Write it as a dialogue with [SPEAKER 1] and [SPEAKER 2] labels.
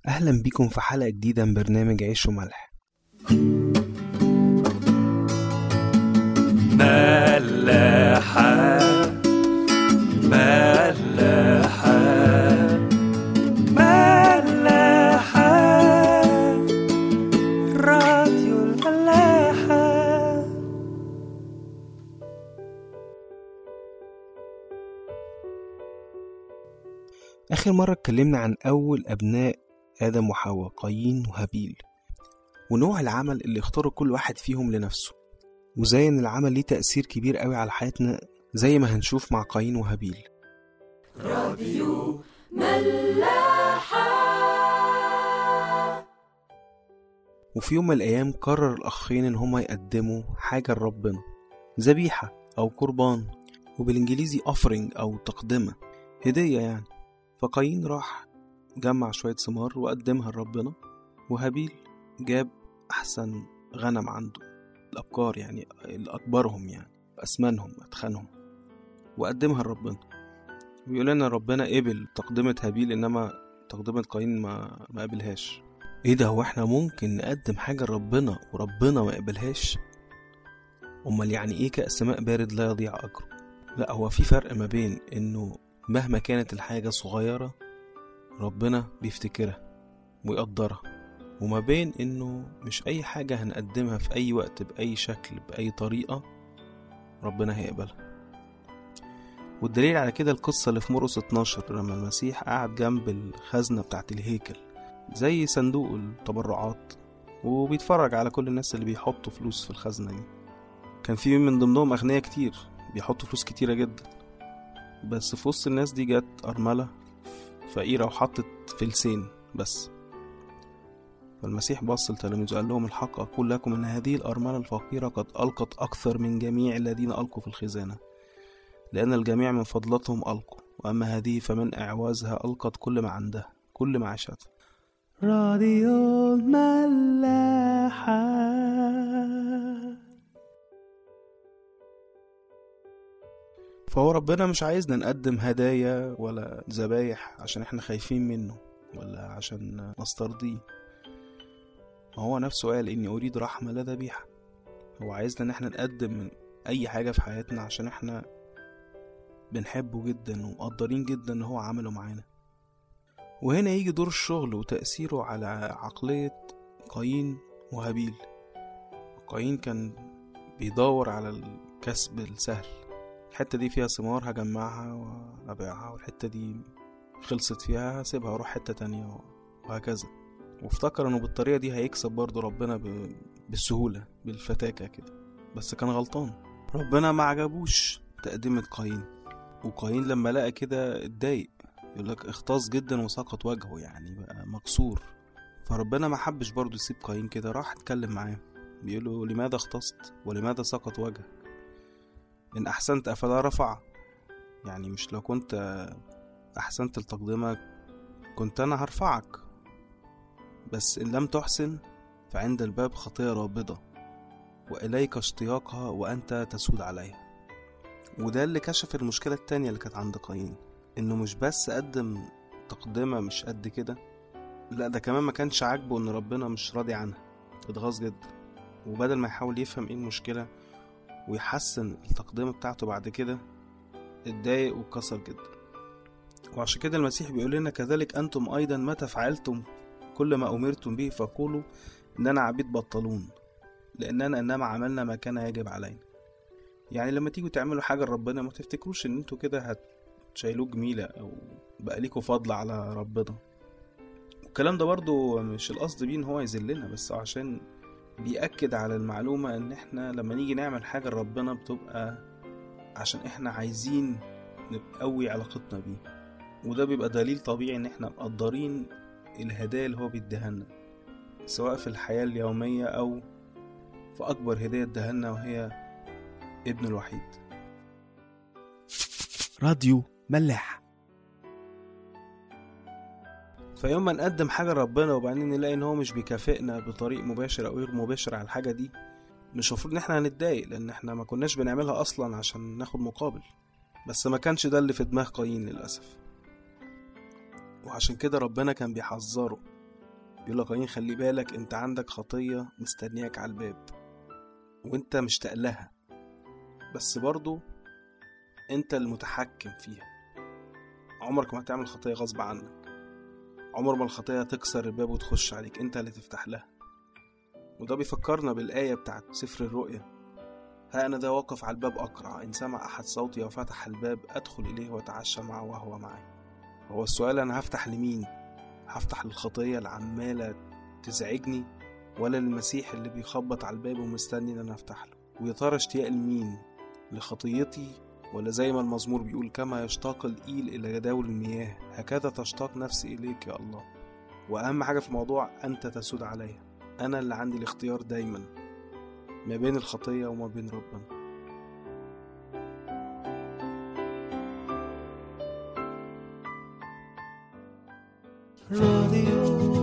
[SPEAKER 1] أهلا بيكم في حلقة جديدة من برنامج عيش وملح.
[SPEAKER 2] ملاحة ملاحة ملاحة راديو الملاحة.
[SPEAKER 1] آخر مرة اتكلمنا عن أول أبناء آدم وحواء، قايين وهابيل، ونوع العمل اللي اختاره كل واحد فيهم لنفسه، وزي ان العمل ليه تأثير كبير قوي على حياتنا زي ما هنشوف مع قايين وهابيل.
[SPEAKER 2] راديو ملاحة.
[SPEAKER 1] وفي يوم من الأيام قرر الأخين ان هما يقدموا حاجة لربنا، ذبيحة أو قربان، وبالإنجليزي offering أو تقدمة، هدية يعني. فقايين راح جمع شوية ثمار وقدمها لربنا، وهابيل جاب أحسن غنم عنده، الأبكار يعني الأكبرهم يعني أسمنهم أتخنهم، وقدمها لربنا. ويقول لنا ربنا قبل تقدمة هابيل إنما تقدمة قايين ما قبلهاش. إيه ده؟ هو إحنا ممكن نقدم حاجة لربنا وربنا ما قبلهاش؟ أمال يعني إيه كأس ماء بارد لا يضيع أجره؟ لا، هو في فرق ما بين إنه مهما كانت الحاجة صغيرة ربنا بيفتكرها ويقدرها، وما بين إنه مش أي حاجة هنقدمها في أي وقت بأي شكل بأي طريقة ربنا هيقبلها. والدليل على كده القصة اللي في مرقس 12 لما المسيح قاعد جنب الخزنة بتاعت الهيكل زي صندوق التبرعات، وبيتفرج على كل الناس اللي بيحطوا فلوس في الخزنة دي. كان في من ضمنهم أغنياء كتير بيحطوا فلوس كتيرة جدا، بس في وسط الناس دي جت أرملة فقيرة وحطت فلسين بس. فالمسيح بص لتلاميذه قال لهم: الحق أقول لكم أن هذه الأرملة الفقيرة قد ألقت أكثر من جميع الذين ألقوا في الخزانة، لأن الجميع من فضلتهم ألقوا، وأما هذه فمن أعوازها ألقت كل ما عندها، كل ما عاشتها. راديو الملاحة. فهو ربنا مش عايزنا نقدم هدايا ولا ذبايح عشان احنا خايفين منه ولا عشان نسترضيه. هو نفسه قال: إني أريد رحمة لا ذبيحة. هو عايزنا ان احنا نقدم أي حاجة في حياتنا عشان احنا بنحبه جدا ومقدرين جدا ان هو عمله معانا. وهنا يجي دور الشغل وتأثيره على عقلية قايين وهابيل. قايين كان بيدور على الكسب السهل، الحتة دي فيها ثمار هجمعها وأبيعها، والحتة دي خلصت فيها هسيبها واروح حتة تانية، وهكذا. وافتكر انه بالطريقة دي هيكسب برضو ربنا بالسهولة بالفتاكة كده، بس كان غلطان. ربنا ما عجبوش تقديمة قايين، وقايين لما لقى كده اتضايق، يقولك اختص جدا وسقط وجهه، يعني بقى مكسور. فربنا ما حبش برضو يسيب قايين كده، راح اتكلم معاه بيقوله: لماذا اختصت ولماذا سقط وجهك؟ إن أحسنت أفلا رفع؟ يعني مش لو كنت أحسنت التقدمة كنت أنا هرفعك، بس إن لم تحسن فعند الباب خطية رابضة وإليك اشتياقها وأنت تسود عليها. وده اللي كشف المشكلة التانية اللي كانت عند قايين، إنه مش بس قدم تقدمة مش قد كده، لا ده كمان ما كانش عاجبه إن ربنا مش راضي عنها، اتغاظ جدا. وبدل ما يحاول يفهم إيه المشكلة ويحسن التقدمة بتاعته بعد كده، اتضايق واتكسر جدا. وعشان كده المسيح بيقول لنا: كذلك أنتم أيضا متى فعلتم كل ما أمرتم به فقولوا إننا عبيد بطلون، لأننا إنما عملنا ما كان يجب علينا. يعني لما تيجوا تعملوا حاجة لربنا ما تفتكروش إن انتوا كده هتشيلوه جميلة أو بقى ليكوا فضل على ربنا. والكلام ده برضو مش القصد بيه إن هو يذلنا، بس عشان بيأكد على المعلومة إن إحنا لما نيجي نعمل حاجة لربنا بتبقى عشان إحنا عايزين نقوي علاقتنا بيه، وده بيبقى دليل طبيعي إن إحنا مقدرين الهدايا اللي هو بيديهالنا، سواء في الحياة اليومية أو في أكبر هدية ادهالنا وهي ابن الوحيد. راديو ملاح. فيوم ما نقدم حاجة لربنا وبعدين نلاقي ان هو مش بيكافئنا بطريق مباشر او غير مباشر على الحاجة دي، مش المفروض ان احنا هنتضايق، لان احنا ما كناش بنعملها اصلا عشان ناخد مقابل. بس ما كانش ده اللي في دماغ قايين للأسف، وعشان كده ربنا كان بيحذره بيقول لقايين خلي بالك انت عندك خطية مستنياك على الباب وانت مشتاق لها، بس برضو انت المتحكم فيها. عمرك ما هتعمل خطية غصب عنك، عمر ما الخطية تكسر الباب وتخش عليك، انت اللي تفتح لها. وده بيفكرنا بالآية بتاعت سفر الرؤيا: ها أنا ذا واقف على الباب أقرع، إن سمع أحد صوتي وفتح الباب أدخل إليه وأتعشى معه وهو معي. هو السؤال أنا هفتح لمين؟ هفتح للخطية اللي عمالة تزعجني، ولا للمسيح اللي بيخبط على الباب ومستني إن أنا أفتح له؟ ويا ترى اشتياق لمين؟ لخطيتي، ولا زي ما المزمور بيقول كما يشتاق الإيل إلى جداول المياه هكذا تشتاق نفسي إليك يا الله؟ وأهم حاجة في الموضوع أنت تسود عليا، أنا اللي عندي الاختيار دايما ما بين الخطية وما بين ربنا.
[SPEAKER 2] راديو